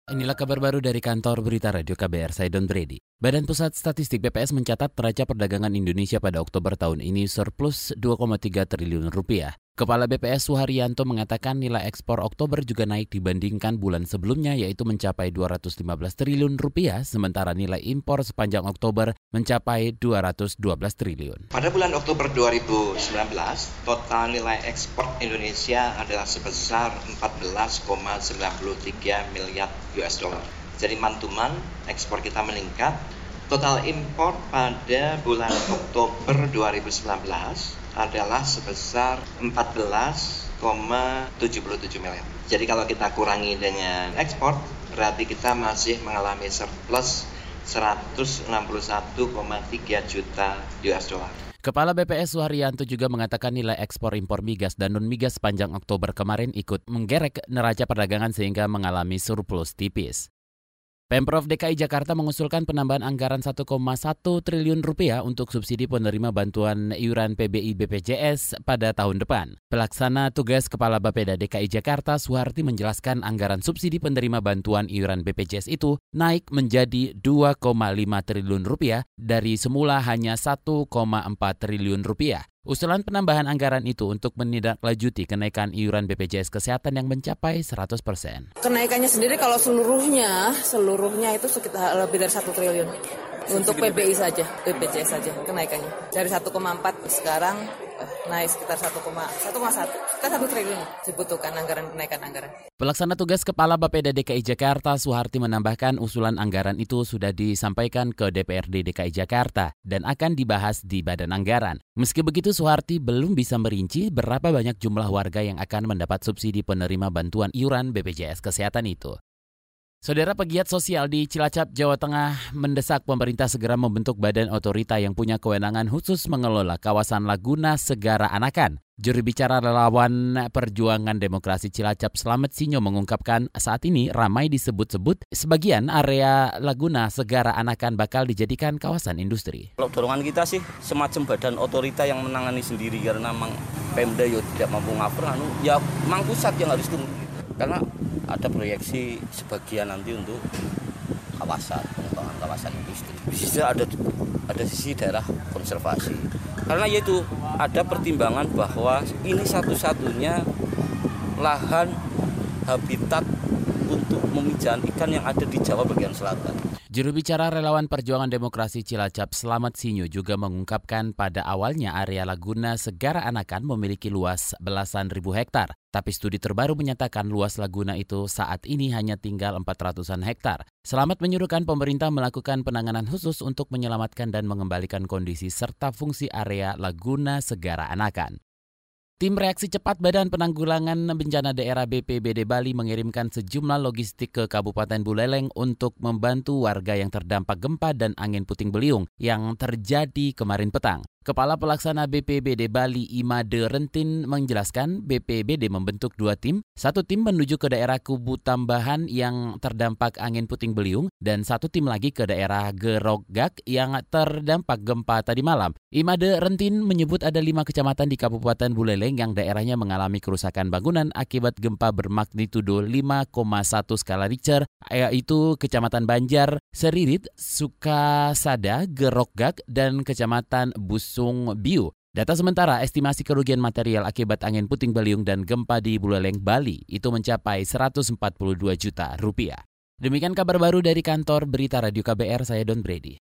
Inilah kabar baru dari kantor berita Radio KBR, saya Don Brady. Badan Pusat Statistik BPS mencatat neraca perdagangan Indonesia pada Oktober tahun ini surplus 2,3 triliun rupiah. Kepala BPS Suharyanto mengatakan nilai ekspor Oktober juga naik dibandingkan bulan sebelumnya, yaitu mencapai 215 triliun rupiah, sementara nilai impor sepanjang Oktober mencapai 212 triliun. Pada bulan Oktober 2019, total nilai ekspor Indonesia adalah sebesar 14,93 miliar US dollar. Jadi mantuman ekspor kita meningkat. Total impor pada bulan Oktober 2019 adalah sebesar 14,77 miliar. Jadi kalau kita kurangi dengan ekspor, berarti kita masih mengalami surplus 161,3 juta US dollar. Kepala BPS Suharyanto juga mengatakan nilai ekspor impor migas dan non-migas sepanjang Oktober kemarin ikut menggerek neraca perdagangan sehingga mengalami surplus tipis. Pemprov DKI Jakarta mengusulkan penambahan anggaran 1,1 triliun rupiah untuk subsidi penerima bantuan iuran PBI BPJS pada tahun depan. Pelaksana tugas Kepala Bapeda DKI Jakarta Suharti menjelaskan anggaran subsidi penerima bantuan iuran BPJS itu naik menjadi 2,5 triliun rupiah dari semula hanya 1,4 triliun rupiah. Usulan penambahan anggaran itu untuk menindaklanjuti kenaikan iuran BPJS Kesehatan yang mencapai 100%. Kenaikannya sendiri kalau seluruhnya itu sekitar lebih dari 1 triliun. Untuk PBI saja, BPJS saja kenaikannya. Dari 1,4 sekarang naik sekitar 1,1. Kita 1 triliun dibutuhkan kenaikan anggaran. Pelaksana tugas Kepala Bapeda DKI Jakarta Suharti menambahkan usulan anggaran itu sudah disampaikan ke DPRD DKI Jakarta dan akan dibahas di Badan Anggaran. Meski begitu, Suharti belum bisa merinci berapa banyak jumlah warga yang akan mendapat subsidi penerima bantuan iuran BPJS Kesehatan itu. Saudara, pegiat sosial di Cilacap, Jawa Tengah mendesak pemerintah segera membentuk badan otorita yang punya kewenangan khusus mengelola kawasan Laguna Segara Anakan. Juru bicara relawan Perjuangan Demokrasi Cilacap Slamet Sinyo mengungkapkan saat ini ramai disebut-sebut sebagian area Laguna Segara Anakan bakal dijadikan kawasan industri. Kalau dorongan kita sih semacam badan otorita yang menangani sendiri karena memang Pemda tidak mampu ngaper, ya memang pusat yang harus turun. Karena ada proyeksi sebagian nanti untuk pengembangan kawasan industri. Di sisi ada sisi daerah konservasi. Karena yaitu ada pertimbangan bahwa ini satu-satunya lahan habitat untuk memijahan ikan yang ada di Jawa bagian selatan. Juru bicara relawan Perjuangan Demokrasi Cilacap Slamet Sinyo juga mengungkapkan pada awalnya area Laguna Segara Anakan memiliki luas belasan ribu hektar. Tapi studi terbaru menyatakan luas laguna itu saat ini hanya tinggal 400-an hektar. Slamet menyuruhkan pemerintah melakukan penanganan khusus untuk menyelamatkan dan mengembalikan kondisi serta fungsi area Laguna Segara Anakan. Tim Reaksi Cepat Badan Penanggulangan Bencana Daerah BPBD Bali mengirimkan sejumlah logistik ke Kabupaten Buleleng untuk membantu warga yang terdampak gempa dan angin puting beliung yang terjadi kemarin petang. Kepala Pelaksana BPBD Bali Imade Rentin menjelaskan BPBD membentuk 2 tim. 1 tim menuju ke daerah Kubu Tambahan yang terdampak angin puting beliung dan 1 tim lagi ke daerah Gerogak yang terdampak gempa tadi malam. Imade Rentin menyebut ada 5 kecamatan di Kabupaten Buleleng yang daerahnya mengalami kerusakan bangunan akibat gempa bermagnitudo 5,1 skala Richter, yaitu Kecamatan Banjar, Seririt, Sukasada, Gerogak, dan Kecamatan Busung-Biu. Data sementara estimasi kerugian material akibat angin puting beliung dan gempa di Buleleng, Bali itu mencapai 142 juta rupiah. Demikian kabar baru dari kantor berita Radio KBR, saya Don Brady.